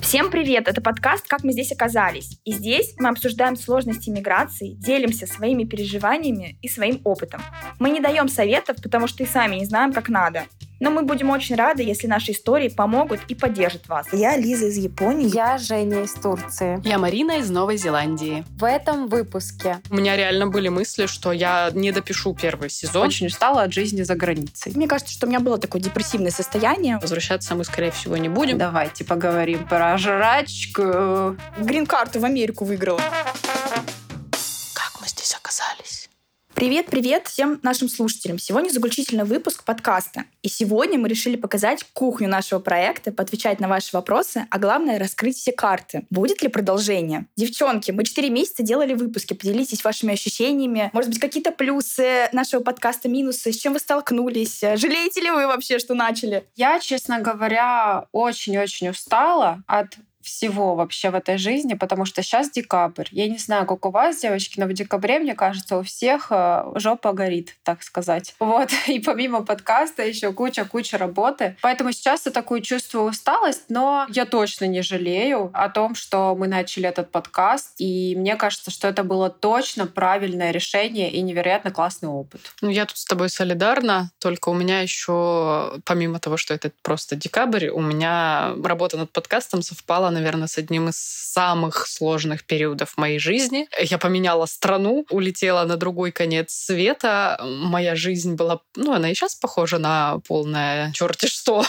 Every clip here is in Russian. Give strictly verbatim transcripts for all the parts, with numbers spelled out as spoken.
Всем привет! Это подкаст «Как мы здесь оказались». И здесь мы обсуждаем сложности миграции, делимся своими переживаниями и своим опытом. Мы не даем советов, потому что и сами не знаем, как надо. Но мы будем очень рады, если наши истории помогут и поддержат вас. Я Лиза из Японии. Я Женя из Турции. Я Марина из Новой Зеландии. В этом выпуске у меня реально были мысли, что я не допишу первый сезон. Очень устала от жизни за границей. Мне кажется, что у меня было такое депрессивное состояние. Возвращаться мы, скорее всего, не будем. Давайте поговорим про жрачку. Грин-карту в Америку выиграла. Как мы здесь оказались? Привет-привет всем нашим слушателям. Сегодня заключительный выпуск подкаста. И сегодня мы решили показать кухню нашего проекта, поотвечать на ваши вопросы, а главное — раскрыть все карты. Будет ли продолжение? Девчонки, мы четыре месяца делали выпуски. Поделитесь вашими ощущениями. Может быть, какие-то плюсы нашего подкаста, минусы, с чем вы столкнулись? Жалеете ли вы вообще, что начали? Я, честно говоря, очень-очень устала от всего вообще в этой жизни, потому что сейчас декабрь. Я не знаю, как у вас, девочки, но в декабре, мне кажется, у всех жопа горит, так сказать. Вот. И помимо подкаста еще куча-куча работы. Поэтому сейчас я такую чувствую усталость, но я точно не жалею о том, что мы начали этот подкаст. И мне кажется, что это было точно правильное решение и невероятно классный опыт. Ну, я тут с тобой солидарна, только у меня еще, помимо того, что это просто декабрь, у меня работа над подкастом совпала, наверное, с одним из самых сложных периодов в моей жизни. Я поменяла страну, улетела на другой конец света. Моя жизнь была... Ну, она и сейчас похожа на полное черти что.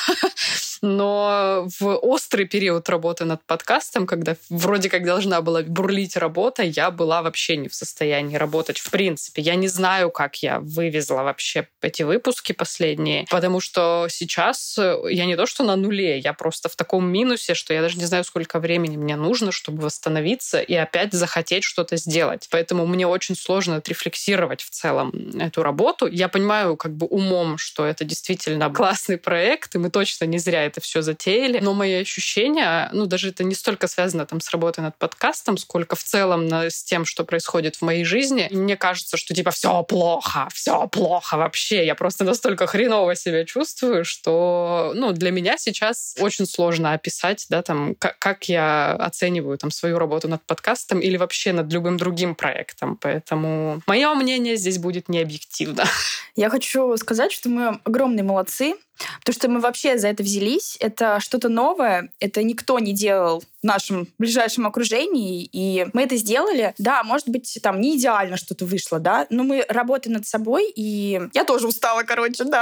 Но в острый период работы над подкастом, когда вроде как должна была бурлить работа, я была вообще не в состоянии работать в принципе. Я не знаю, как я вывезла вообще эти выпуски последние, потому что сейчас я не то что на нуле, я просто в таком минусе, что я даже не знаю, сколько времени мне нужно, чтобы восстановиться и опять захотеть что-то сделать. Поэтому мне очень сложно отрефлексировать в целом эту работу. Я понимаю как бы умом, что это действительно классный проект, и мы точно не зря это все затеяли. Но мои ощущения, ну, даже это не столько связано там с работой над подкастом, сколько в целом с тем, что происходит в моей жизни. И мне кажется, что типа все плохо, все плохо вообще. Я просто настолько хреново себя чувствую, что, ну, для меня сейчас очень сложно описать, да, там, как, как я оцениваю там свою работу над подкастом или вообще над любым другим проектом. Поэтому мое мнение здесь будет необъективно. Я хочу сказать, что мы огромные молодцы, потому что мы вообще за это взялись. Это что-то новое. Это никто не делал в нашем ближайшем окружении. И мы это сделали. Да, может быть, там не идеально что-то вышло, да, но мы работаем над собой, и я тоже устала, короче, да.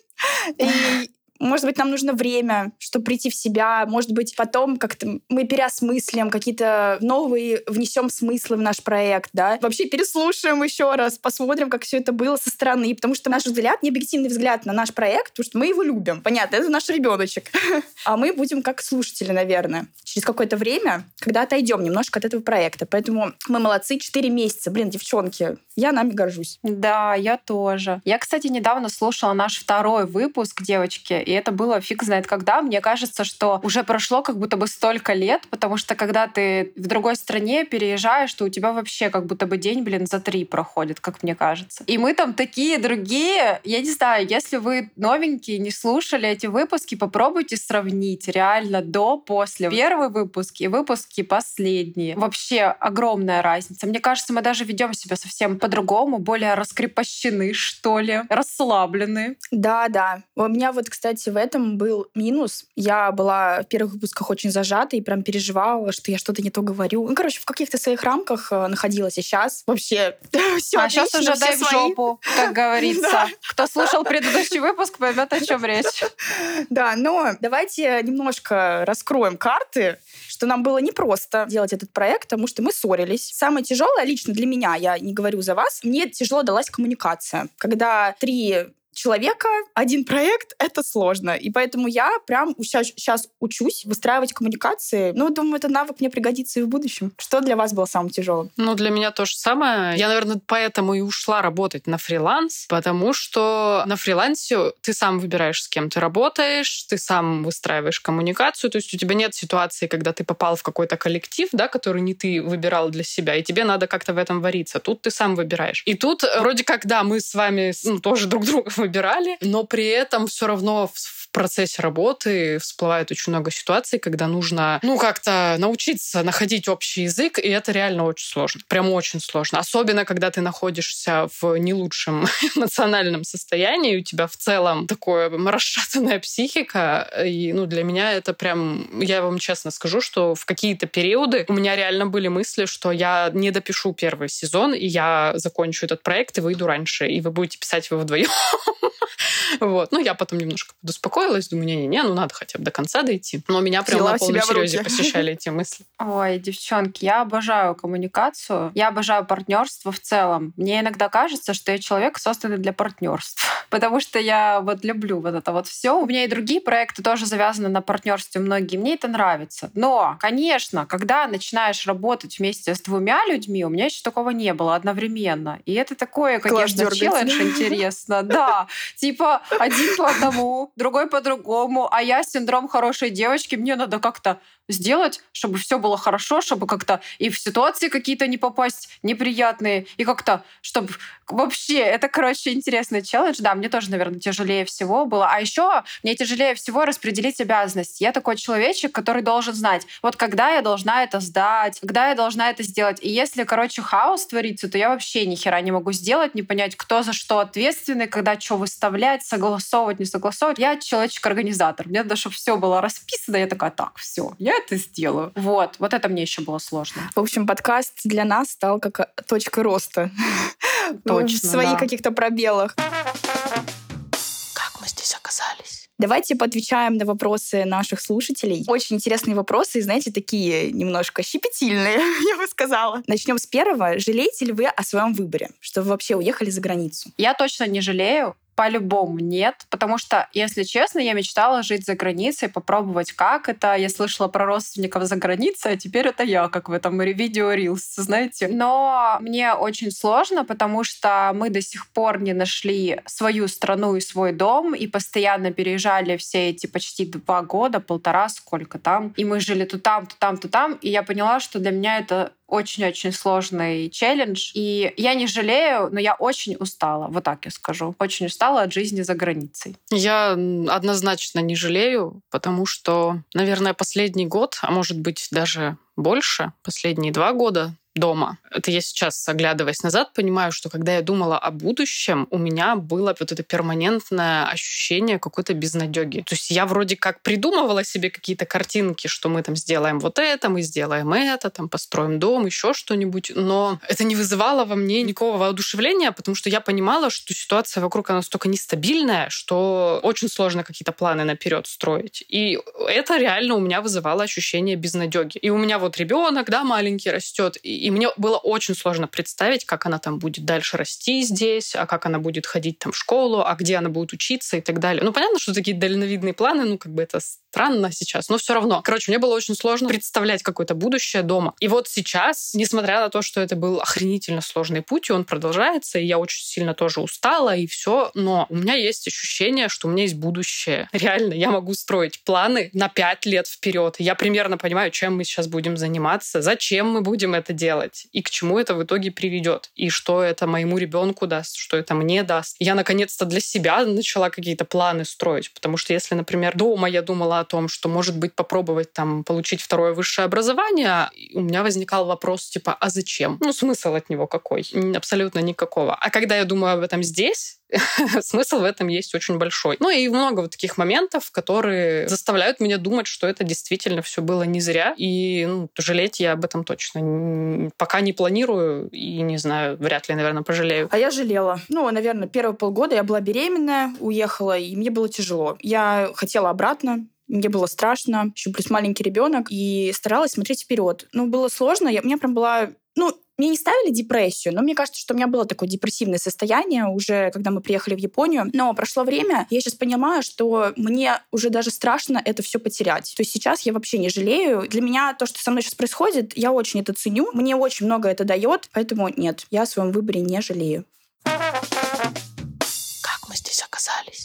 И может быть, нам нужно время, чтобы прийти в себя. Может быть, потом как-то мы переосмыслим, какие-то новые внесем смыслы в наш проект, да. Вообще переслушаем еще раз, посмотрим, как все это было со стороны. Потому что наш взгляд, не объективный взгляд на наш проект, потому что мы его любим. Понятно, это наш ребеночек. А мы будем как слушатели, наверное, через какое-то время, когда отойдем немножко от этого проекта. Поэтому мы молодцы. Четыре месяца. Блин, девчонки, я нами горжусь. Да, я тоже. Я, кстати, недавно слушала наш второй выпуск, девочки, и это было фиг знает когда. Мне кажется, что уже прошло как будто бы столько лет, потому что когда ты в другой стране переезжаешь, то у тебя вообще как будто бы день, блин, за три проходит, как мне кажется. И мы там такие другие. Я не знаю, если вы новенькие, не слушали эти выпуски, попробуйте сравнить реально до, после. Первый выпуск и выпуски последние. Вообще огромная разница. Мне кажется, мы даже ведем себя совсем по-другому, более раскрепощены, что ли, расслаблены. Да, да. У меня вот, кстати, в этом был минус. Я была в первых выпусках очень зажата и прям переживала, что я что-то не то говорю. Ну, короче, в каких-то своих рамках находилась. А сейчас вообще все А отлично, сейчас уже дай в жопу, как говорится. Кто слушал предыдущий выпуск, поймет, о чем речь. Да, но давайте немножко раскроем карты, что нам было непросто делать этот проект, потому что мы ссорились. Самое тяжелое лично для меня, я не говорю за вас, мне тяжело далась коммуникация. Когда три человека, один проект — это сложно. И поэтому я прям сейчас учусь выстраивать коммуникации. Ну, думаю, этот навык мне пригодится и в будущем. Что для вас было самым тяжелым? Ну, для меня то же самое. Я, наверное, поэтому и ушла работать на фриланс, потому что на фрилансе ты сам выбираешь, с кем ты работаешь, ты сам выстраиваешь коммуникацию, то есть у тебя нет ситуации, когда ты попал в какой-то коллектив, да, который не ты выбирал для себя, и тебе надо как-то в этом вариться. Тут ты сам выбираешь. И тут вроде как, да, мы с вами ну, тоже друг друга выбирали, но при этом все равно в процессе работы всплывает очень много ситуаций, когда нужно, ну, как-то научиться находить общий язык, и это реально очень сложно. Прям очень сложно. Особенно, когда ты находишься в не лучшем эмоциональном состоянии, у тебя в целом такое расшатанная психика. И, ну, для меня это прям... Я вам честно скажу, что в какие-то периоды у меня реально были мысли, что я не допишу первый сезон, и я закончу этот проект и выйду раньше, и вы будете писать его вдвоем. Вот. Ну, я потом немножко подуспокоилась, думаю, не-не-не, ну, надо хотя бы до конца дойти. Но меня прям на полном серьезе посещали эти мысли. Ой, девчонки, я обожаю коммуникацию, я обожаю партнерство в целом. Мне иногда кажется, что я человек, созданный для партнерства, потому что я вот люблю вот это вот все. У меня и другие проекты тоже завязаны на партнерстве многие, мне это нравится. Но, конечно, когда начинаешь работать вместе с двумя людьми, у меня еще такого не было одновременно. И это такое, конечно, челлендж интересно. Да, типа один по одному, другой по другому, а я синдром хорошей девочки, мне надо как-то сделать, чтобы все было хорошо, чтобы как-то и в ситуации какие-то не попасть неприятные, и как-то, чтобы вообще, это, короче, интересный челлендж. Да, мне тоже, наверное, тяжелее всего было. А еще мне тяжелее всего распределить обязанности. Я такой человечек, который должен знать, вот когда я должна это сдать, когда я должна это сделать. И если, короче, хаос творится, то я вообще ни хера не могу сделать, не понять, кто за что ответственный, когда что выставлять, согласовывать, не согласовывать. Я человечек-организатор. Мне надо, чтобы все было расписано. Я такая, так, все, я это сделаю. Вот. Вот это мне еще было сложно. В общем, подкаст для нас стал как точка роста. Точно, в своих да. каких-то пробелах. Как мы здесь оказались? Давайте поотвечаем на вопросы наших слушателей. Очень интересные вопросы, и, знаете, такие немножко щепетильные, я бы сказала. Начнем с первого. Жалеете ли вы о своем выборе, что вы вообще уехали за границу? Я точно не жалею. По-любому нет, потому что, если честно, я мечтала жить за границей, попробовать, как это. Я слышала про родственников за границей, а теперь это я, как в этом видео Reels, знаете. Но мне очень сложно, потому что мы до сих пор не нашли свою страну и свой дом, и постоянно переезжали все эти почти два года, полтора, сколько там. И мы жили то там, то там, то там. И я поняла, что для меня это очень-очень сложный челлендж. И я не жалею, но я очень устала. Вот так я скажу. Очень устала от жизни за границей. Я однозначно не жалею, потому что, наверное, последний год, а может быть даже больше, последние два года дома. Это я сейчас, оглядываясь назад, понимаю, что когда я думала о будущем, у меня было вот это перманентное ощущение какой-то безнадёги. То есть я вроде как придумывала себе какие-то картинки, что мы там сделаем вот это, мы сделаем это, там построим дом, еще что-нибудь, но это не вызывало во мне никакого воодушевления, потому что я понимала, что ситуация вокруг она настолько нестабильная, что очень сложно какие-то планы наперед строить. И это реально у меня вызывало ощущение безнадёги. И у меня вот ребенок, да, маленький растет, и И мне было очень сложно представить, как она там будет дальше расти здесь, а как она будет ходить там в школу, а где она будет учиться и так далее. Ну, понятно, что такие дальновидные планы, ну, как бы это странно сейчас, но все равно. Короче, мне было очень сложно представлять какое-то будущее дома. И вот сейчас, несмотря на то, что это был охренительно сложный путь, и он продолжается, и я очень сильно тоже устала, и все, но у меня есть ощущение, что у меня есть будущее. Реально, я могу строить планы на пять лет вперед. Я примерно понимаю, чем мы сейчас будем заниматься, зачем мы будем это делать, и к чему это в итоге приведет, и что это моему ребенку даст, что это мне даст. Я наконец-то для себя начала какие-то планы строить, потому что если, например, дома я думала о том, что, может быть, попробовать там получить второе высшее образование, у меня возникал вопрос типа, а зачем? Ну, смысл от него какой? Абсолютно никакого. А когда я думаю об этом здесь, смысл в этом есть очень большой. Ну и много вот таких моментов, которые заставляют меня думать, что это действительно все было не зря. И ну, жалеть я об этом точно пока не планирую. И не знаю, вряд ли, наверное, пожалею. А я жалела. Ну, наверное, первые полгода я была беременная, уехала, и мне было тяжело. Я хотела обратно. Мне было страшно, еще плюс маленький ребенок, и старалась смотреть вперед. Ну, было сложно. Я, у меня прям была... Ну, мне не ставили депрессию, но мне кажется, что у меня было такое депрессивное состояние уже, когда мы приехали в Японию. Но прошло время, я сейчас понимаю, что мне уже даже страшно это все потерять. То есть сейчас я вообще не жалею. Для меня то, что со мной сейчас происходит, я очень это ценю. Мне очень много это дает, поэтому нет, я о своем выборе не жалею. Как мы здесь оказались?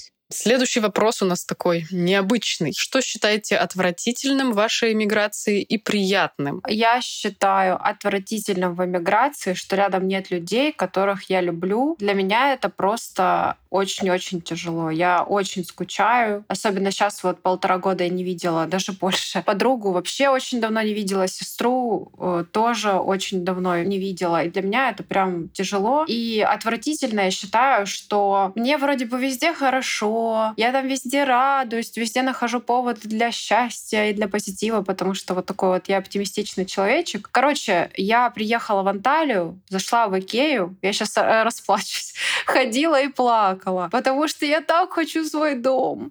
Следующий вопрос у нас такой необычный. Что считаете отвратительным в вашей эмиграции и приятным? Я считаю отвратительным в эмиграции, что рядом нет людей, которых я люблю. Для меня это просто очень-очень тяжело. Я очень скучаю. Особенно сейчас вот полтора года я не видела, даже больше. Подругу вообще очень давно не видела. Сестру э, тоже очень давно не видела. И для меня это прям тяжело. И отвратительно я считаю, что мне вроде бы везде хорошо. Я там везде радуюсь, везде нахожу повод для счастья и для позитива, потому что вот такой вот я оптимистичный человечек. Короче, я приехала в Анталию, зашла в Икею. Я сейчас расплачусь. Ходила и плакала, потому что я так хочу свой дом.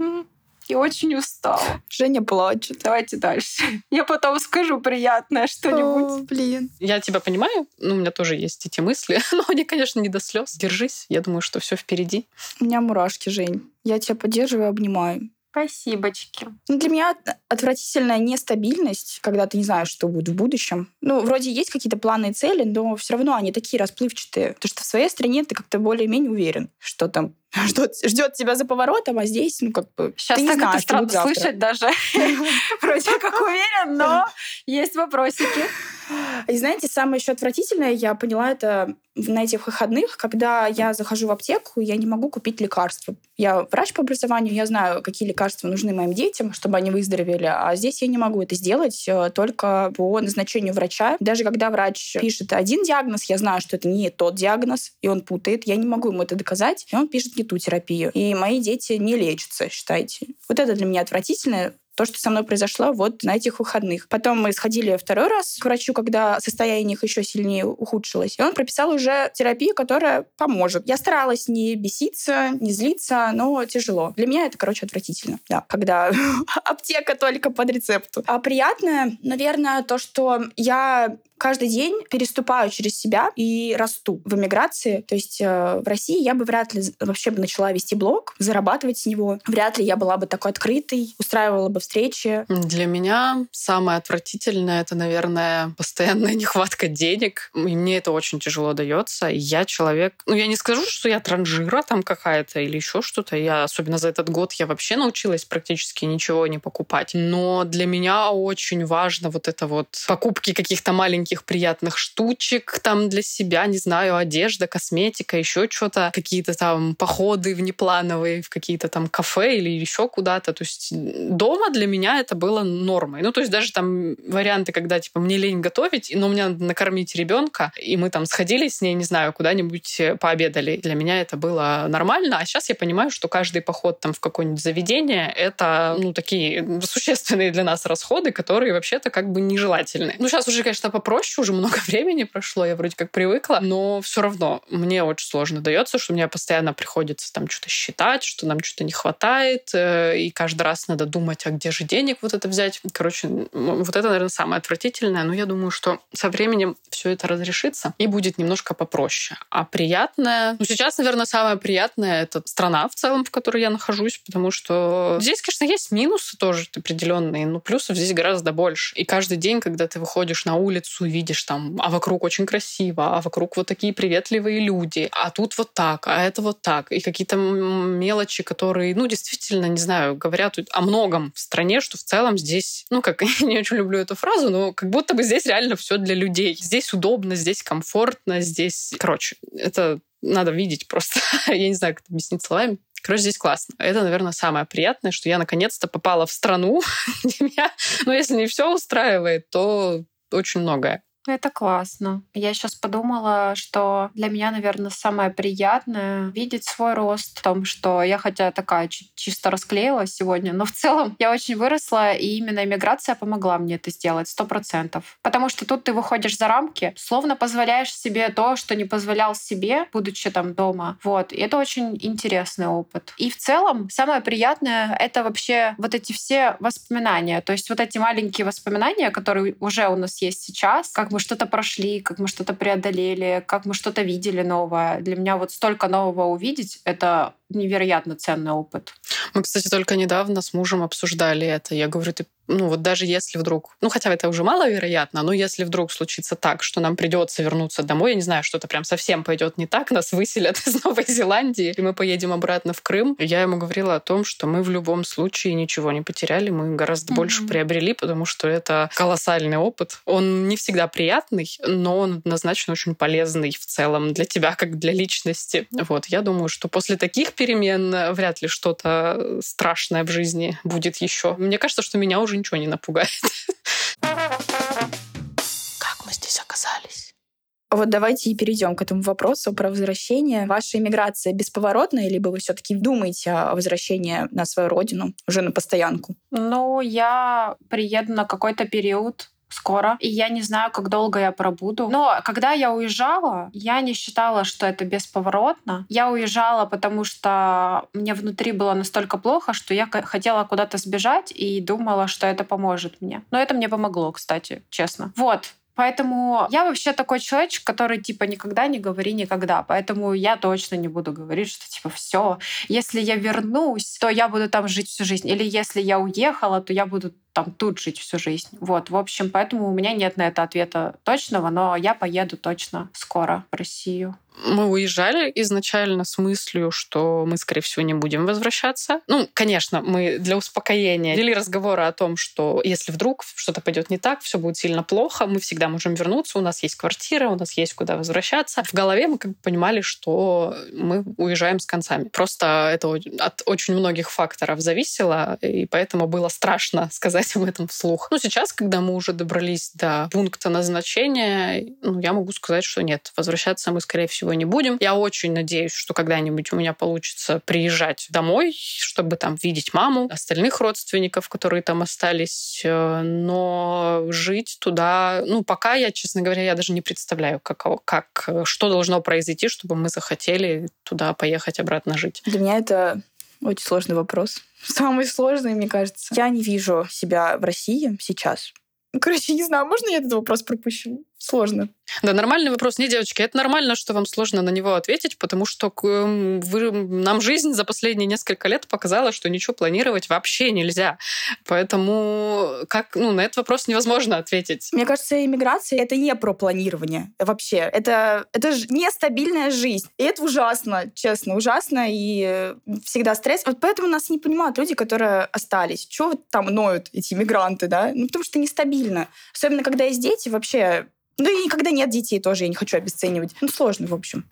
И очень устала. Женя плачет. Давайте дальше. Я потом скажу приятное что-нибудь. О, блин. Я тебя понимаю. Ну, у меня тоже есть эти мысли. Но они, конечно, не до слез. Держись. Я думаю, что все впереди. У меня мурашки, Жень. Я тебя поддерживаю, обнимаю. Спасибочки. Ну, для меня отвратительная нестабильность, когда ты не знаешь, что будет в будущем. Ну, вроде есть какие-то планы и цели, но все равно они такие расплывчатые. Потому что в своей стране ты как-то более-менее уверен, что там ждет, ждет тебя за поворотом, а здесь, ну, как бы, сейчас ты не так знаешь, это что будет странно завтра. слышать даже. Вроде как уверен, но есть вопросики. И знаете, самое еще отвратительное, я поняла это на этих выходных, когда я захожу в аптеку, я не могу купить лекарства. Я врач по образованию, я знаю, какие лекарства нужны моим детям, чтобы они выздоровели, а здесь я не могу это сделать только по назначению врача. Даже когда врач пишет один диагноз, я знаю, что это не тот диагноз, и он путает, я не могу ему это доказать, и он пишет не ту терапию. И мои дети не лечатся, считайте. Вот это для меня отвратительно. То, что со мной произошло вот на этих выходных. Потом мы сходили второй раз к врачу, когда состояние их еще сильнее ухудшилось. И он прописал уже терапию, которая поможет. Я старалась не беситься, не злиться, но тяжело. Для меня это, короче, отвратительно. Да, когда аптека только под рецепту. А приятное, наверное, то, что я каждый день переступаю через себя и расту в эмиграции. То есть э, в России я бы вряд ли вообще бы начала вести блог, зарабатывать с него. Вряд ли я была бы такой открытой, устраивала бы встречи. Для меня самое отвратительное — это, наверное, постоянная нехватка денег. И мне это очень тяжело дается. Я человек... Ну, я не скажу, что я транжира там какая-то или еще что-то. Я, особенно за этот год, я вообще научилась практически ничего не покупать. Но для меня очень важно вот это вот покупки каких-то маленьких приятных штучек там для себя, не знаю, одежда, косметика, еще что-то, какие-то там походы внеплановые в какие-то там кафе или еще куда-то. То есть дома для меня это было нормой. Ну, то есть даже там варианты, когда типа мне лень готовить, но мне надо накормить ребенка, и мы там сходили с ней, не знаю, куда-нибудь пообедали. Для меня это было нормально, а сейчас я понимаю, что каждый поход там в какое-нибудь заведение — это, ну, такие существенные для нас расходы, которые вообще-то как бы нежелательны. Ну, сейчас уже, конечно, попроще, уже много времени прошло, я вроде как привыкла, но все равно мне очень сложно дается, что мне постоянно приходится там что-то считать, что нам что-то не хватает, и каждый раз надо думать, а где же денег вот это взять. Короче, вот это, наверное, самое отвратительное, но я думаю, что со временем все это разрешится и будет немножко попроще. А приятное... Ну, сейчас, наверное, самое приятное — это страна в целом, в которой я нахожусь, потому что здесь, конечно, есть минусы тоже определенные, но плюсов здесь гораздо больше. И каждый день, когда ты выходишь на улицу, видишь там, а вокруг очень красиво, а вокруг вот такие приветливые люди, а тут вот так, а это вот так. И какие-то мелочи, которые, ну, действительно, не знаю, говорят о многом в стране, что в целом здесь, ну, как, я не очень люблю эту фразу, но как будто бы здесь реально все для людей. Здесь удобно, здесь комфортно, здесь... Короче, это надо видеть просто. Я не знаю, как это объяснить словами. Короче, здесь классно. Это, наверное, самое приятное, что я наконец-то попала в страну, где меня, ну, если не все устраивает, то очень многое. Это классно. Я сейчас подумала, что для меня, наверное, самое приятное — видеть свой рост в том, что я хотя такая чуть чисто расклеилась сегодня, но в целом я очень выросла, и именно иммиграция помогла мне это сделать сто процентов. Потому что тут ты выходишь за рамки, словно позволяешь себе то, что не позволял себе, будучи там дома. Вот. И это очень интересный опыт. И в целом самое приятное — это вообще вот эти все воспоминания. То есть вот эти маленькие воспоминания, которые уже у нас есть сейчас, как мы что-то прошли, как мы что-то преодолели, как мы что-то видели новое. Для меня вот столько нового увидеть — это невероятно ценный опыт. Мы, кстати, только недавно с мужем обсуждали это. Я говорю, ты ну вот даже если вдруг, ну хотя это уже маловероятно, но если вдруг случится так, что нам придется вернуться домой, я не знаю, что-то прям совсем пойдет не так, нас выселят из Новой Зеландии, и мы поедем обратно в Крым, я ему говорила о том, что мы в любом случае ничего не потеряли, мы гораздо mm-hmm. больше приобрели, потому что это колоссальный опыт. Он не всегда приятный, но он однозначно очень полезный в целом для тебя, как для личности. Вот, я думаю, что после таких перемен вряд ли что-то страшное в жизни будет еще. Мне кажется, что меня уже ничего не напугает. Как мы здесь оказались? Вот давайте и перейдем к этому вопросу про возвращение. Ваша иммиграция бесповоротная, либо вы все-таки думаете о возвращении на свою родину, уже на постоянку? Ну, я приеду на какой-то период скоро, и я не знаю, как долго я пробуду. Но когда я уезжала, я не считала, что это бесповоротно. Я уезжала, потому что мне внутри было настолько плохо, что я хотела куда-то сбежать и думала, что это поможет мне. Но это мне помогло, кстати, честно. Вот. Поэтому я вообще такой человечек, который типа никогда не говори никогда. Поэтому я точно не буду говорить, что типа все, если я вернусь, то я буду там жить всю жизнь. Или если я уехала, то я буду там тут жить всю жизнь. Вот, в общем, поэтому у меня нет на это ответа точного, но я поеду точно скоро в Россию. Мы уезжали изначально с мыслью, что мы, скорее всего, не будем возвращаться. Ну, конечно, мы для успокоения вели разговоры о том, что если вдруг что-то пойдет не так, все будет сильно плохо, мы всегда можем вернуться, у нас есть квартира, у нас есть куда возвращаться. В голове мы как бы понимали, что мы уезжаем с концами. Просто это от очень многих факторов зависело, и поэтому было страшно сказать об этом вслух. Но сейчас, когда мы уже добрались до пункта назначения, ну, я могу сказать, что нет, возвращаться мы, скорее всего, не будем. Я очень надеюсь, что когда-нибудь у меня получится приезжать домой, чтобы там видеть маму, остальных родственников, которые там остались. Но жить туда... Ну, пока я, честно говоря, я даже не представляю, как, как, что должно произойти, чтобы мы захотели туда поехать обратно жить. Для меня это очень сложный вопрос. Самый сложный, мне кажется. Я не вижу себя в России сейчас. Короче, не знаю, можно я этот вопрос пропущу? Сложно. Да, нормальный вопрос. Не, девочки, это нормально, что вам сложно на него ответить, потому что вы, нам жизнь за последние несколько лет показала, что ничего планировать вообще нельзя. Поэтому как, ну, на этот вопрос невозможно ответить. Мне кажется, иммиграция — это не про планирование вообще. Это, это же нестабильная жизнь. И это ужасно, честно, ужасно. И всегда стресс. Вот поэтому нас не понимают люди, которые остались. Чего вот там ноют эти иммигранты, да? Ну, потому что нестабильно. Особенно, когда есть дети, вообще... Ну и когда нет детей тоже, я не хочу обесценивать. Ну, сложно, в общем.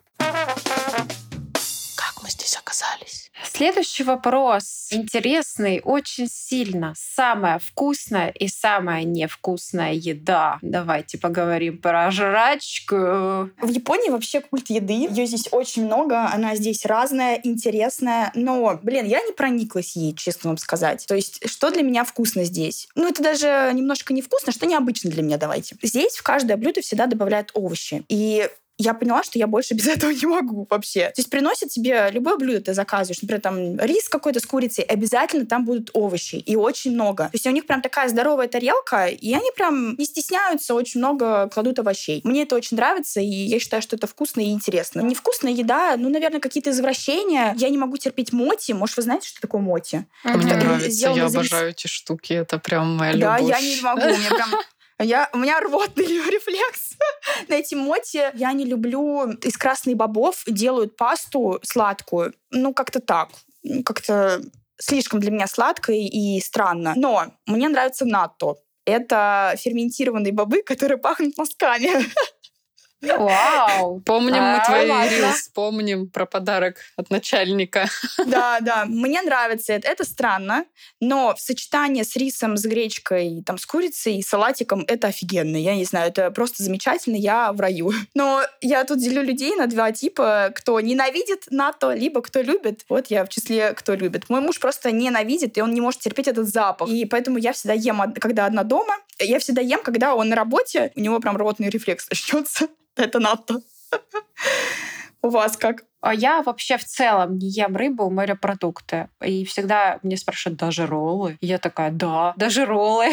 Как мы здесь оказались? Следующий вопрос интересный очень сильно. Самая вкусная и самая невкусная еда. Давайте поговорим про жрачку. В Японии вообще культ еды. Ее здесь очень много. Она здесь разная, интересная. Но, блин, я не прониклась ей, честно вам сказать. То есть, что для меня вкусно здесь? Ну, это даже немножко невкусно, что необычно для меня, давайте. Здесь в каждое блюдо всегда добавляют овощи. И я поняла, что я больше без этого не могу вообще. То есть приносят тебе любое блюдо, ты заказываешь, например, там рис какой-то с курицей, обязательно там будут овощи, и очень много. То есть у них прям такая здоровая тарелка, и они прям не стесняются, очень много кладут овощей. Мне это очень нравится, и я считаю, что это вкусно и интересно. Невкусная еда, ну, наверное, какие-то извращения. Я не могу терпеть моти. Может, вы знаете, что такое моти? Мне Это нравится, сделано я из рис- обожаю эти штуки, это прям моя Да, любовь. я не могу, мне прям... Я, у меня рвотный рефлекс на эти моти. Я не люблю... Из красных бобов делают пасту сладкую. Ну, как-то так. Как-то слишком для меня сладко и странно. Но мне нравится натто. Это ферментированные бобы, которые пахнут носками. Вау! Помним мы твои ладно. рилс, помним про подарок от начальника. Да, да, мне нравится это. Это странно, но в сочетании с рисом, с гречкой, там, с курицей и салатиком это офигенно. Я не знаю, это просто замечательно, я в раю. Но я тут делю людей на два типа, кто ненавидит натто, либо кто любит. Вот я в числе кто любит. Мой муж просто ненавидит, и он не может терпеть этот запах. И поэтому я всегда ем, когда одна дома. Я всегда ем, когда он на работе, у него прям рвотный рефлекс начнется. Это натто. У вас как? А я вообще в целом не ем рыбу, морепродукты. И всегда мне спрашивают, даже роллы? И я такая, да, даже роллы.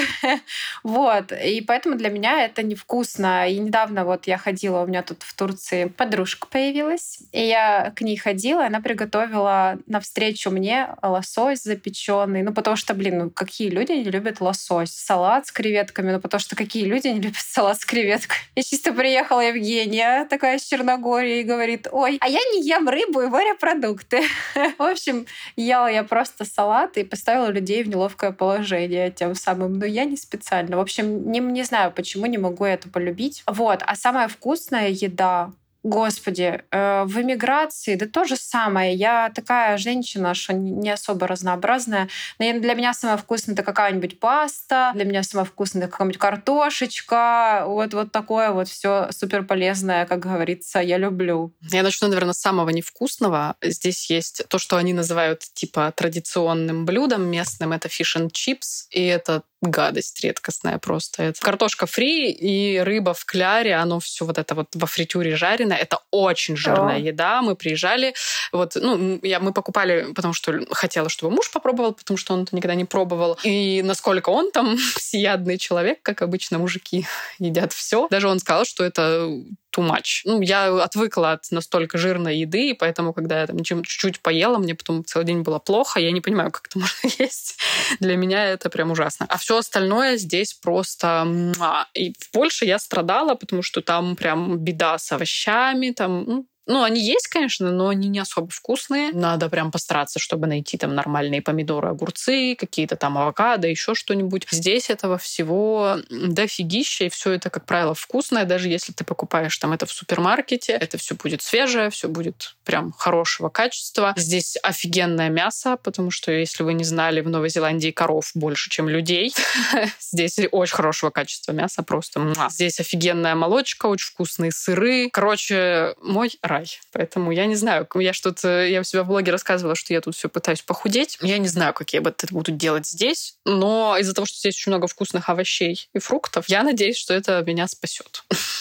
Вот. И поэтому для меня это невкусно. И недавно вот я ходила, у меня тут в Турции подружка появилась, и я к ней ходила, и она приготовила навстречу мне лосось запеченный. Ну, потому что, блин, ну какие люди не любят лосось? Салат с креветками, ну, потому что какие люди не любят салат с креветками? Я чисто приехала Евгения, такая с Черногории, и говорит, ой, а я не ем рыбу и морепродукты. В общем, ела я просто салат и поставила людей в неловкое положение тем самым. Но я не специально. В общем, не, не знаю, почему не могу это полюбить. Вот. А самая вкусная еда, Господи, э, в эмиграции, да то же самое. Я такая женщина, что не особо разнообразная. Но для меня самое вкусное — это какая-нибудь паста, для меня самое вкусное — это какая-нибудь картошечка. Вот, вот такое вот все супер полезное, как говорится, я люблю. Я начну, наверное, с самого невкусного. Здесь есть то, что они называют типа традиционным блюдом местным. Это fish and chips, и это гадость редкостная просто. Это картошка фри и рыба в кляре, оно все вот это вот во фритюре жареное. Это очень жирная О. еда. Мы приезжали, вот, ну, я, мы покупали, потому что хотела, чтобы муж попробовал, потому что он это никогда не пробовал. И насколько он там всеядный человек, как обычно мужики едят все. Даже он сказал, что это too much. Ну, я отвыкла от настолько жирной еды, и поэтому, когда я там чуть-чуть поела, мне потом целый день было плохо. Я не понимаю, как это можно есть. Для меня это прям ужасно. А все остальное здесь просто... И в Польше я страдала, потому что там прям беда с овощами, там... Ну, они есть, конечно, но они не особо вкусные. Надо прям постараться, чтобы найти там нормальные помидоры, огурцы, какие-то там авокадо, еще что-нибудь. Здесь этого всего дофигища, и все это, как правило, вкусное. Даже если ты покупаешь там это в супермаркете, это все будет свежее, все будет прям хорошего качества. Здесь офигенное мясо, потому что, если вы не знали, в Новой Зеландии коров больше, чем людей. Здесь очень хорошего качества мяса, просто. Здесь офигенная молочка, очень вкусные сыры. Короче, мой рай. Поэтому я не знаю, я что-то, я у себя в блоге рассказывала, что я тут все пытаюсь похудеть. Я не знаю, как я это буду делать здесь, но из-за того, что здесь очень много вкусных овощей и фруктов, я надеюсь, что это меня спасет.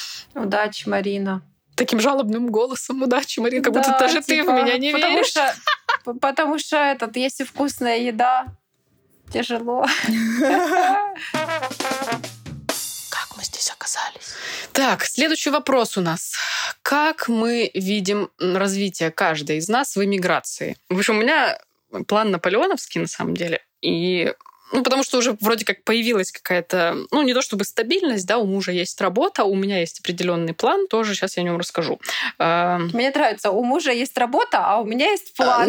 Удачи, Марина. Таким жалобным голосом удачи, Марина, как да, будто даже типа, ты в меня не потому веришь. Что, потому что этот, если вкусная еда, тяжело. Мы здесь оказались. Так, следующий вопрос у нас. Как мы видим развитие каждой из нас в эмиграции? В общем, у меня план наполеоновский, на самом деле. И ну, потому что уже вроде как появилась какая-то, ну, не то чтобы стабильность, да, у мужа есть работа, у меня есть определенный план, тоже сейчас я о нем расскажу. Мне нравится, у мужа есть работа, а у меня есть план.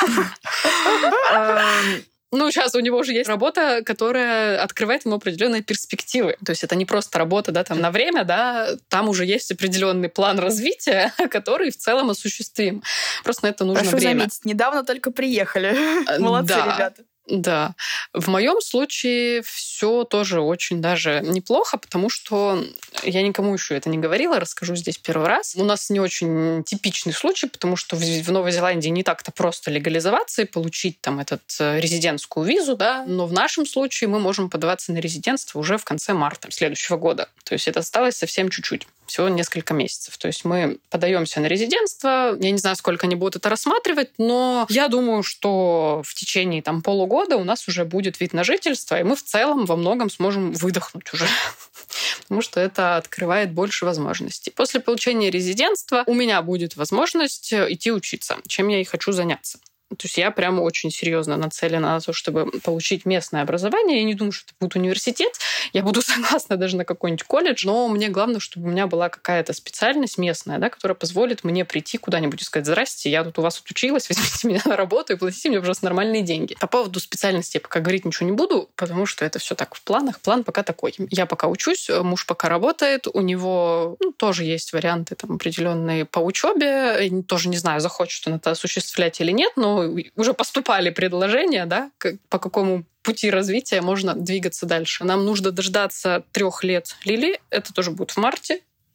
Ну, сейчас у него уже есть работа, которая открывает ему определенные перспективы. То есть это не просто работа, да, там на время, да, там уже есть определенный план развития, который в целом осуществим. Просто на это нужно Прошу время. заметить, недавно только приехали. Молодцы, да. ребята. Да. В моем случае все тоже очень даже неплохо, потому что я никому еще это не говорила, расскажу здесь первый раз. У нас не очень типичный случай, потому что в Новой Зеландии не так-то просто легализоваться и получить там этот резидентскую визу, да, но в нашем случае мы можем подаваться на резидентство уже в конце марта следующего года. То есть это осталось совсем чуть-чуть. Всего несколько месяцев. То есть мы подаемся на резидентство. Я не знаю, сколько они будут это рассматривать, но я думаю, что в течение там, полугода у нас уже будет вид на жительство, и мы в целом во многом сможем выдохнуть уже. Потому что это открывает больше возможностей. После получения резидентства у меня будет возможность идти учиться, чем я и хочу заняться. То есть я прямо очень серьезно нацелена на то, чтобы получить местное образование. Я не думаю, что это будет университет. Я буду согласна даже на какой-нибудь колледж. Но мне главное, чтобы у меня была какая-то специальность местная, да, которая позволит мне прийти куда-нибудь и сказать: «Здрасте, я тут у вас отучилась, возьмите меня на работу и платите мне, пожалуйста, нормальные деньги». По поводу специальности я пока говорить ничего не буду, потому что это все так в планах. План пока такой. Я пока учусь, муж пока работает, у него ну, тоже есть варианты там, определенные по учебе. Я тоже не знаю, захочет он это осуществлять или нет, но уже поступали предложения, да, по какому пути развития можно двигаться дальше. Нам нужно дождаться трех лет Лили. Это тоже будет в марте.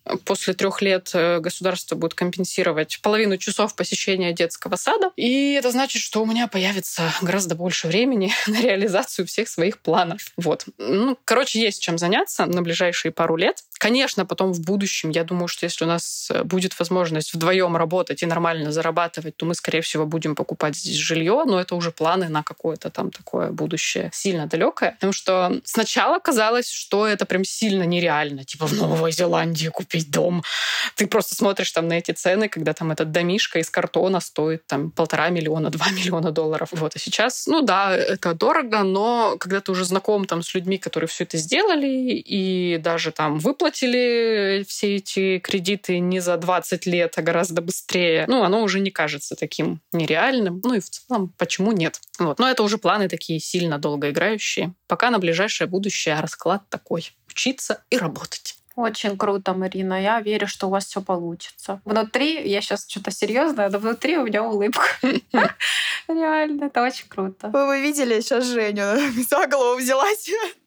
После трех лет государство будет компенсировать половину часов посещения детского сада. И это значит, что у меня появится гораздо больше времени на реализацию всех своих планов. Вот. Ну, короче, есть чем заняться на ближайшие пару лет. Конечно, потом в будущем, я думаю, что если у нас будет возможность вдвоем работать и нормально зарабатывать, то мы, скорее всего, будем покупать здесь жилье, но это уже планы на какое-то там такое будущее сильно далекое. Потому что сначала казалось, что это прям сильно нереально. Типа в Новой Зеландии купить дом. Ты просто смотришь там на эти цены, когда там этот домишко из картона стоит там полтора миллиона, два миллиона долларов. Вот. А сейчас, ну да, это дорого, но когда ты уже знаком там с людьми, которые все это сделали и даже там выплатили все эти кредиты не за двадцать лет, а гораздо быстрее, ну, оно уже не кажется таким нереальным. Ну и в целом, почему нет? Вот. Но это уже планы такие сильно долгоиграющие. Пока на ближайшее будущее расклад такой. Учиться и работать. Очень круто, Марина. Я верю, что у вас все получится. Внутри, я сейчас что-то серьезное, но внутри у меня улыбка. Реально, это очень круто. Вы, вы видели сейчас Женю? За голову взялась.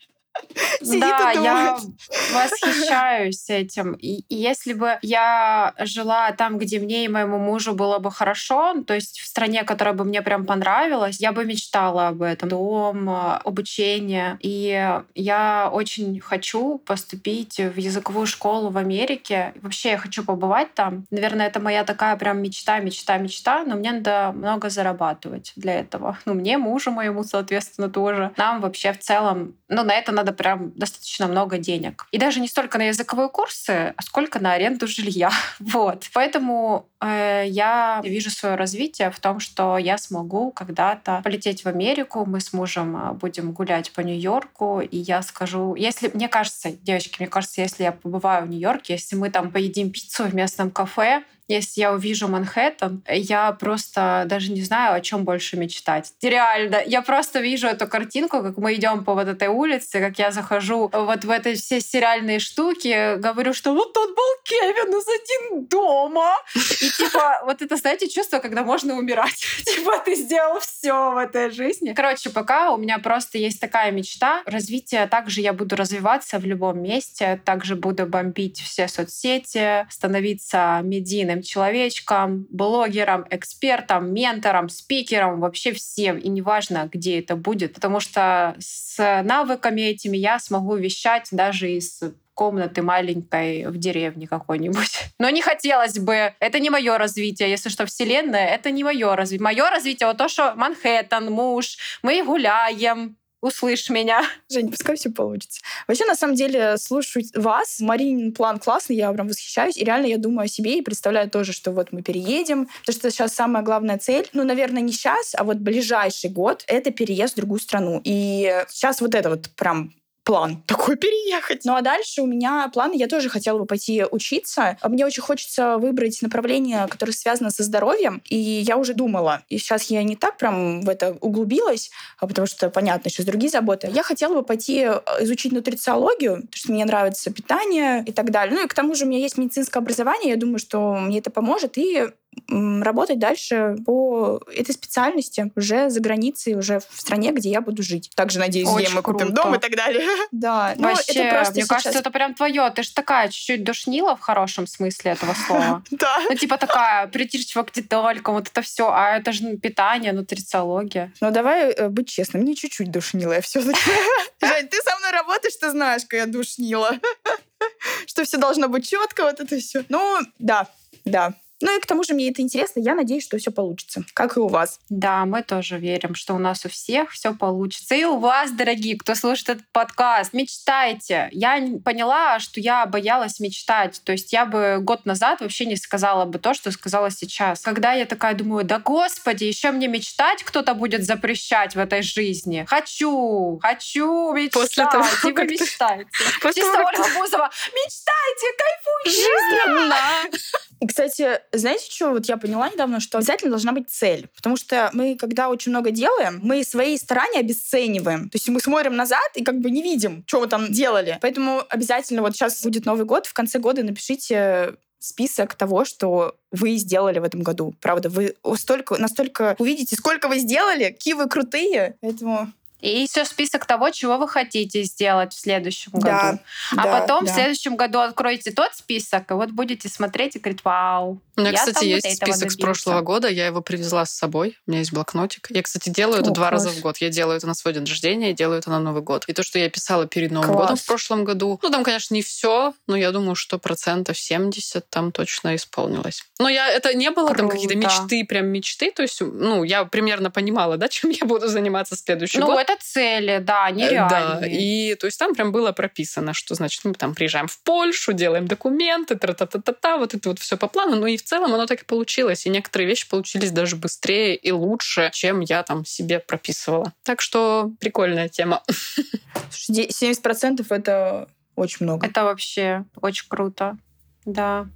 Сидит да, и я думает. восхищаюсь этим. И, и если бы я жила там, где мне и моему мужу было бы хорошо, то есть в стране, которая бы мне прям понравилась, я бы мечтала об этом. Дом, обучение. И я очень хочу поступить в языковую школу в Америке. Вообще я хочу побывать там. Наверное, это моя такая прям мечта, мечта, мечта, но мне надо много зарабатывать для этого. Ну, мне, мужу моему, соответственно, тоже. Нам вообще в целом, ну, на это надо прям достаточно много денег. И даже не столько на языковые курсы, а сколько на аренду жилья. Вот. Поэтому э, я вижу свое развитие в том, что я смогу когда-то полететь в Америку, мы с мужем будем гулять по Нью-Йорку, и я скажу, если, мне кажется, девочки, мне кажется, если я побываю в Нью-Йорке, если мы там поедим пиццу в местном кафе, если я увижу Манхэттен, я просто даже не знаю, о чем больше мечтать. Реально, я просто вижу эту картинку, как мы идем по вот этой улице, как я захожу вот в эти все сериальные штуки, говорю, что вот тут был Кевин из «Один дома». И типа вот это, знаете, чувство, когда можно умирать. Типа ты сделал все в этой жизни. Короче, пока у меня просто есть такая мечта. Развитие, также я буду развиваться в любом месте, также буду бомбить все соцсети, становиться медийным человечком, блогером, экспертом, ментором, спикером, вообще всем. И неважно, где это будет, потому что с навыками этими я смогу вещать даже из комнаты маленькой в деревне какой-нибудь. Но не хотелось бы. Это не мое развитие. Если что, Вселенная — это не мое развитие. Мое развитие — вот то, что Манхэттен, муж, мы гуляем, услышь меня. Жень, пускай все получится. Вообще, на самом деле, слушать вас, Маринин план классный, я прям восхищаюсь. И реально я думаю о себе и представляю тоже, что вот мы переедем. Потому что сейчас самая главная цель, ну, наверное, не сейчас, а вот ближайший год — это переезд в другую страну. И сейчас вот это вот прям план такой переехать. Ну а дальше у меня планы, я тоже хотела бы пойти учиться. Мне очень хочется выбрать направление, которое связано со здоровьем. И я уже думала, и сейчас я не так прям в это углубилась, потому что, понятно, сейчас другие заботы. Я хотела бы пойти изучить нутрициологию, потому что мне нравится питание и так далее. Ну и к тому же у меня есть медицинское образование, я думаю, что мне это поможет. И работать дальше по этой специальности уже за границей, уже в стране, где я буду жить. Также, надеюсь, где мы купим дом и так далее. Да. Вообще, это просто мне сейчас... кажется, это прям твое. Ты же такая чуть-чуть душнила в хорошем смысле этого слова. Да. Ну, типа такая придирчива к деталькам, вот это все. А это же питание, нутрициология. Ну, давай быть честным, не чуть-чуть душнила я все-таки. Жень, ты со мной работаешь, ты знаешь, как я душнила. Что все должно быть четко, вот это все. Ну, да, да. Ну и к тому же мне это интересно. Я надеюсь, что все получится. Как и у вас. Да, мы тоже верим, что у нас у всех все получится. И у вас, дорогие, кто слушает этот подкаст, мечтайте. Я поняла, что я боялась мечтать. То есть я бы год назад вообще не сказала бы то, что сказала сейчас. Когда я такая думаю, да господи, еще мне мечтать кто-то будет запрещать в этой жизни. Хочу, хочу мечтать. После того, и вы мечтаете. Чисто Ольга Бузова. Мечтайте, кайфуйте. Жизненно. И, кстати, знаете, что вот я поняла недавно, что обязательно должна быть цель. Потому что мы, когда очень много делаем, мы свои старания обесцениваем. То есть мы смотрим назад и как бы не видим, что вы там делали. Поэтому обязательно вот сейчас будет Новый год, в конце года напишите список того, что вы сделали в этом году. Правда, вы столько, настолько увидите, сколько вы сделали, какие вы крутые. Поэтому... И еще список того, чего вы хотите сделать в следующем Да, году. А да, потом да. в следующем году откроете тот список, и вот будете смотреть и говорить: вау. У меня, я кстати, там есть вот этого список с добился. прошлого года, я его привезла с собой, у меня есть блокнотик. Я, кстати, делаю это О, два класс. раза в год. Я делаю это на свой день рождения, делаю это на Новый год. И то, что я писала перед Новым Класс. годом в прошлом году, ну, там, конечно, не все, но я думаю, что процентов семьдесят там точно исполнилось. Но я, это не было там Круто. какие-то мечты, прям мечты, то есть, ну, я примерно понимала, да, чем я буду заниматься в следующий Ну, год. это цели, да, Э, нереальные. Да, и то есть там прям было прописано, что, значит, мы там приезжаем в Польшу, делаем документы, тра-та-та-та-та, вот это вот все по плану. Ну и в целом оно так и получилось. И некоторые вещи получились даже быстрее и лучше, чем я там себе прописывала. Так что прикольная тема. Слушай, семьдесят процентов это очень много. Это вообще очень круто. Да.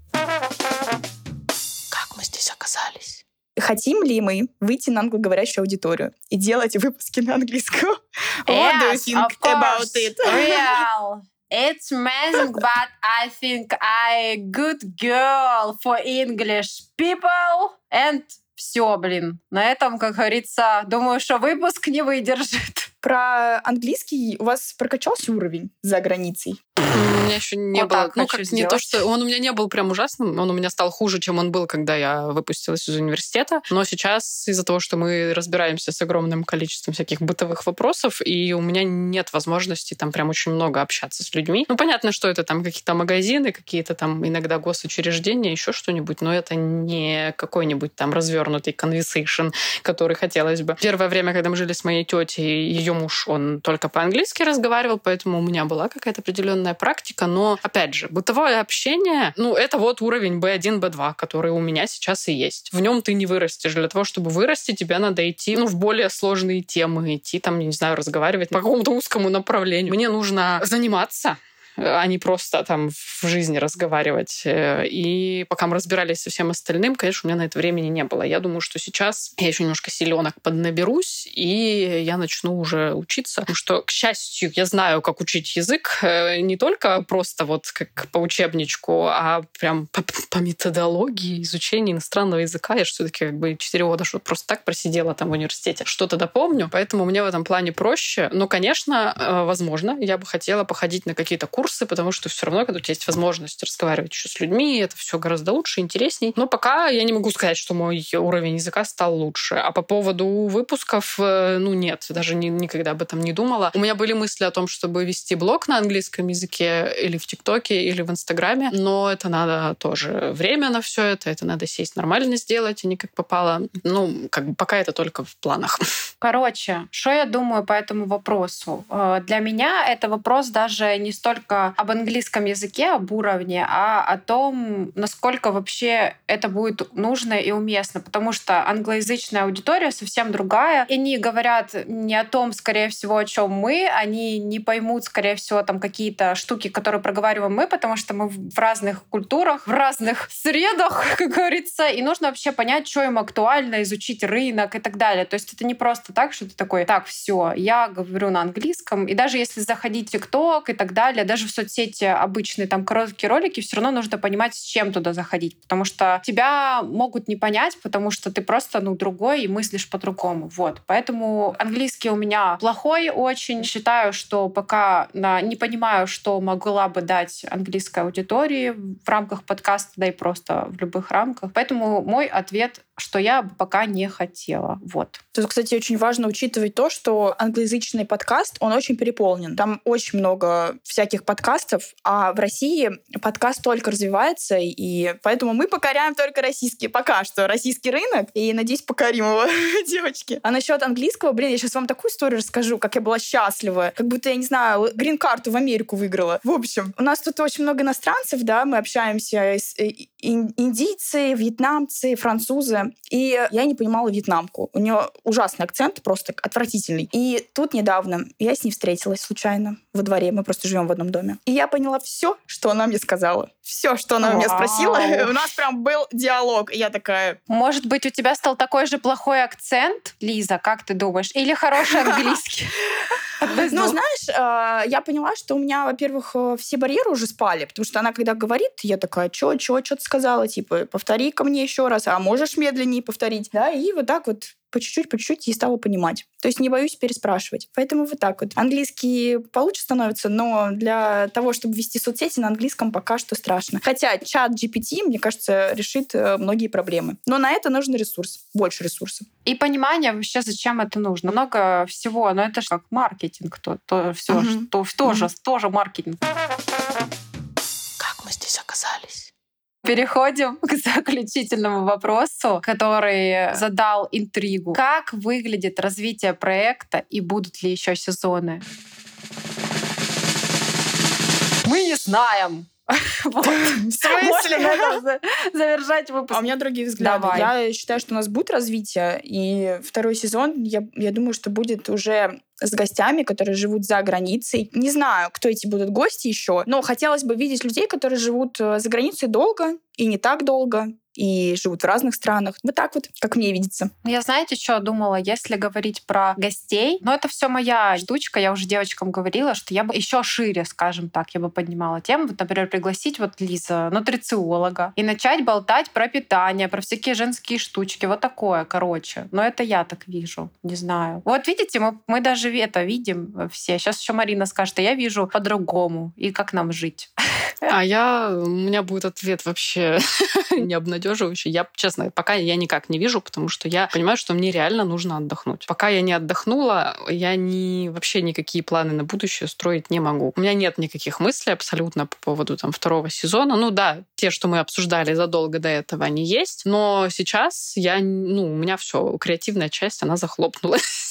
Как мы здесь оказались? Хотим ли мы выйти на англоговорящую аудиторию и делать выпуски на английском? What do you Yes, think of course. about it? Real. It's amazing, but I think I good girl for English people. And все, блин. На этом, как говорится, думаю, что выпуск не выдержит. Про английский у вас прокачался уровень за границей? У меня еще не Вот было. так Ну, хочу как не то, сделать. что он у меня не был прям ужасным, он у меня стал хуже, чем он был, когда я выпустилась из университета. Но сейчас из-за того, что мы разбираемся с огромным количеством всяких бытовых вопросов, и у меня нет возможности там прям очень много общаться с людьми. Ну, понятно, что это там какие-то магазины, какие-то там иногда госучреждения, еще что-нибудь, но это не какой-нибудь там развернутый conversation, который хотелось бы. Первое время, когда мы жили с моей тетей, ее муж, он только по-английски разговаривал, поэтому у меня была какая-то определенная практика, но, опять же, бытовое общение, ну, это вот уровень би один, би два, который у меня сейчас и есть. В нем ты не вырастешь. Для того, чтобы вырасти, тебе надо идти, ну, в более сложные темы, идти там, не знаю, разговаривать по какому-то узкому направлению. Мне нужно заниматься, а не просто там в жизни разговаривать. И пока мы разбирались со всем остальным, конечно, у меня на это времени не было. Я думаю, что сейчас я еще немножко силенок поднаберусь, и я начну уже учиться. Потому что, к счастью, я знаю, как учить язык не только просто вот как по учебничку, а прям по, по методологии изучения иностранного языка. Я же все-таки как бы четыре года что просто так просидела там в университете. Что-то допомню, поэтому мне в этом плане проще. Но, конечно, возможно, я бы хотела походить на какие-то курсы, потому что все равно, когда у тебя есть возможность разговаривать еще с людьми, это все гораздо лучше, интересней. Но пока я не могу сказать, что мой уровень языка стал лучше. А по поводу выпусков, ну нет, даже ни, никогда об этом не думала. У меня были мысли о том, чтобы вести блог на английском языке или в ТикТоке, или в Инстаграме, но это надо тоже время на все это, это надо сесть нормально сделать, а не как попало. Ну, как бы пока это только в планах. Короче, что я думаю по этому вопросу? Для меня это вопрос даже не столько об английском языке, об уровне, а о том, насколько вообще это будет нужно и уместно. Потому что англоязычная аудитория совсем другая. И они говорят не о том, скорее всего, о чем мы. Они не поймут, скорее всего, там какие-то штуки, которые проговариваем мы, потому что мы в разных культурах, в разных средах, как говорится. И нужно вообще понять, что им актуально, изучить рынок и так далее. То есть это не просто так, что ты такой: так, все, я говорю на английском. И даже если заходить в ТикТок и так далее, даже в соцсети обычные там короткие ролики, все равно нужно понимать, с чем туда заходить, потому что тебя могут не понять, потому что ты просто, ну, другой и мыслишь по-другому. Вот. Поэтому английский у меня плохой очень. Считаю, что пока на... не понимаю, что могла бы дать английской аудитории в рамках подкаста, да и просто в любых рамках. Поэтому мой ответ, что я бы пока не хотела. Вот. Тут, кстати, очень важно учитывать то, что англоязычный подкаст, он очень переполнен. Там очень много всяких подкастов, а в России подкаст только развивается, и поэтому мы покоряем только российский, пока что, российский рынок, и, надеюсь, покорим его, девочки. А насчет английского, блин, я сейчас вам такую историю расскажу, как я была счастлива, как будто, я не знаю, грин-карту в Америку выиграла. В общем, у нас тут очень много иностранцев, да, мы общаемся с индийцы, вьетнамцы, французы, и я не понимала вьетнамку. У нее ужасный акцент, просто отвратительный. И тут недавно я с ней встретилась случайно во дворе, мы просто живем в одном доме. И я поняла все, что она мне сказала. Все, что она меня спросила. У нас прям был диалог. И я такая... Может быть, у тебя стал такой же плохой акцент, Лиза, как ты думаешь? Или хороший английский? Ну, знаешь, я поняла, что у меня, во-первых, все барьеры уже спали, потому что она, когда говорит, я такая: чё, чё, чё ты сказала? Типа, повтори ко мне еще раз, а можешь медленнее повторить? Да, и вот так вот по чуть-чуть, по чуть-чуть и стала понимать. То есть не боюсь переспрашивать. Поэтому вот так вот. Английский получше становится, но для того, чтобы вести соцсети на английском, пока что страшно. Хотя чат джи пи ти, мне кажется, решит многие проблемы. Но на это нужен ресурс, больше ресурсов. И понимание вообще, зачем это нужно. Много всего, но это же как маркетинг. То, то все, mm-hmm. что, тоже, mm-hmm. тоже маркетинг. Как мы здесь оказались? Переходим к заключительному вопросу, который задал интригу. Как выглядит развитие проекта и будут ли еще сезоны? Мы не знаем. Вот. В смысле? Можно завершать выпуск. А у меня другие взгляды. Давай. Я считаю, что у нас будет развитие, и второй сезон, я, я думаю, что будет уже с гостями, которые живут за границей. Не знаю, кто эти будут гости еще, но хотелось бы видеть людей, которые живут за границей долго и не так долго, и живут в разных странах. Вот так вот, как мне видится. Я, знаете, что думала? Если говорить про гостей, ну, это все моя штучка, я уже девочкам говорила, что я бы еще шире, скажем так, я бы поднимала тему. Вот, например, пригласить вот Лиза, нутрициолога, и начать болтать про питание, про всякие женские штучки. Вот такое, короче. Но это я так вижу. Не знаю. Вот видите, мы, мы даже это видим все. Сейчас еще Марина скажет, а я вижу по-другому. И как нам жить? А я... У меня будет ответ вообще не обнадеживающий. Я, честно, пока я никак не вижу, потому что я понимаю, что мне реально нужно отдохнуть. Пока я не отдохнула, я не, вообще никакие планы на будущее строить не могу. У меня нет никаких мыслей абсолютно по поводу там, второго сезона. Ну да, те, что мы обсуждали задолго до этого, они есть. Но сейчас я... Ну, у меня все креативная часть, она захлопнулась.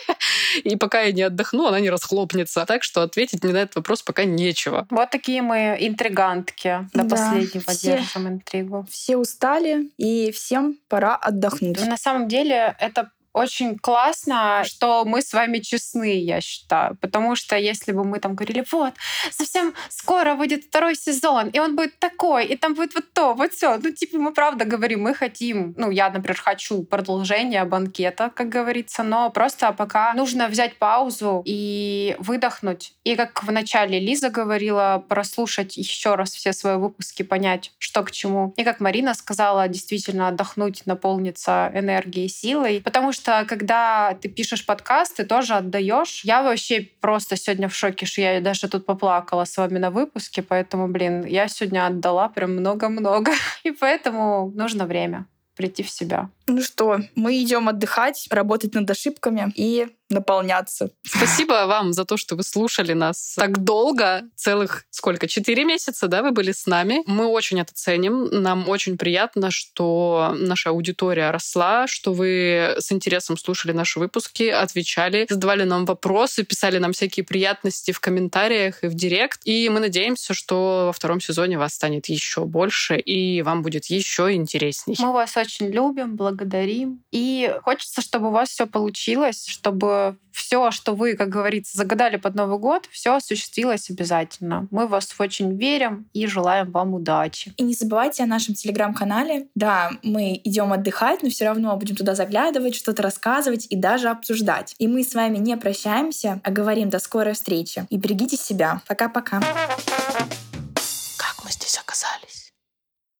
И пока я не отдохну, она не расхлопнется. Так что ответить мне на этот вопрос пока нечего. Вот такие мы интригантки. До да, последнего все, держим интригу. Все устали, и всем пора отдохнуть. На самом деле это очень классно, что мы с вами честны, я считаю. Потому что если бы мы там говорили, вот, совсем скоро выйдет второй сезон, и он будет такой, и там будет вот то, вот все. Ну, типа, мы правда говорим, мы хотим, ну, я, например, хочу продолжения банкета, как говорится, но просто пока нужно взять паузу и выдохнуть. И как в начале Лиза говорила, прослушать еще раз все свои выпуски, понять, что к чему. И как Марина сказала, действительно отдохнуть, наполниться энергией, силой. Потому что когда ты пишешь подкаст, ты тоже отдаешь. Я вообще просто сегодня в шоке, что я даже тут поплакала с вами на выпуске, поэтому, блин, я сегодня отдала прям много-много. И поэтому нужно время прийти в себя. Ну что, мы идем отдыхать, работать над ошибками и наполняться. Спасибо вам за то, что вы слушали нас так долго, целых сколько, четыре месяца, да, вы были с нами. Мы очень это ценим. Нам очень приятно, что наша аудитория росла, что вы с интересом слушали наши выпуски, отвечали, задавали нам вопросы, писали нам всякие приятности в комментариях и в директ. И мы надеемся, что во втором сезоне вас станет еще больше и вам будет еще интересней. Мы вас очень любим, благодарим. И хочется, чтобы у вас все получилось, чтобы все, что вы, как говорится, загадали под Новый год, все осуществилось обязательно. Мы в вас очень верим и желаем вам удачи. И не забывайте о нашем телеграм-канале. Да, мы идем отдыхать, но все равно будем туда заглядывать, что-то рассказывать и даже обсуждать. И мы с вами не прощаемся, а говорим до скорой встречи. И берегите себя. Пока-пока.